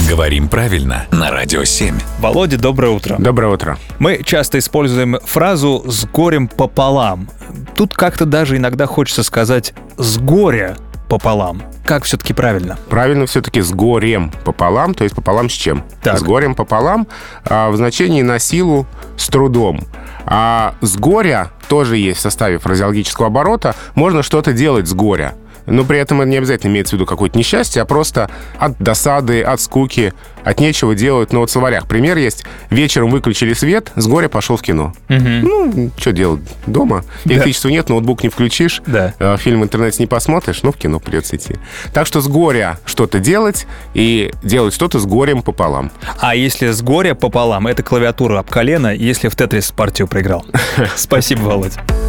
Говорим правильно на Радио 7. Володя, доброе утро. Доброе утро. Мы часто используем фразу «с горем пополам». Тут как-то даже иногда хочется сказать «с горя пополам». Как все-таки правильно? Правильно все-таки с горем пополам, то есть пополам с чем? Так. С горем пополам в значении на силу с трудом. А с горя тоже есть в составе фразеологического оборота. Можно что-то делать с горя. Но при этом это не обязательно имеется в виду какое-то несчастье, а просто от досады, от скуки, от нечего делать. Ну вот в словарях пример есть. Вечером выключили свет, с горя пошел в кино. Ну, что делать? Дома. Электричества нет, ноутбук не включишь, фильм в интернете не посмотришь, ну, в кино придется идти. Так что с горя что-то делать и делать что-то с горем пополам. А если с горя пополам, это клавиатура об колено, если в Тетрис партию проиграл. Спасибо, Володь.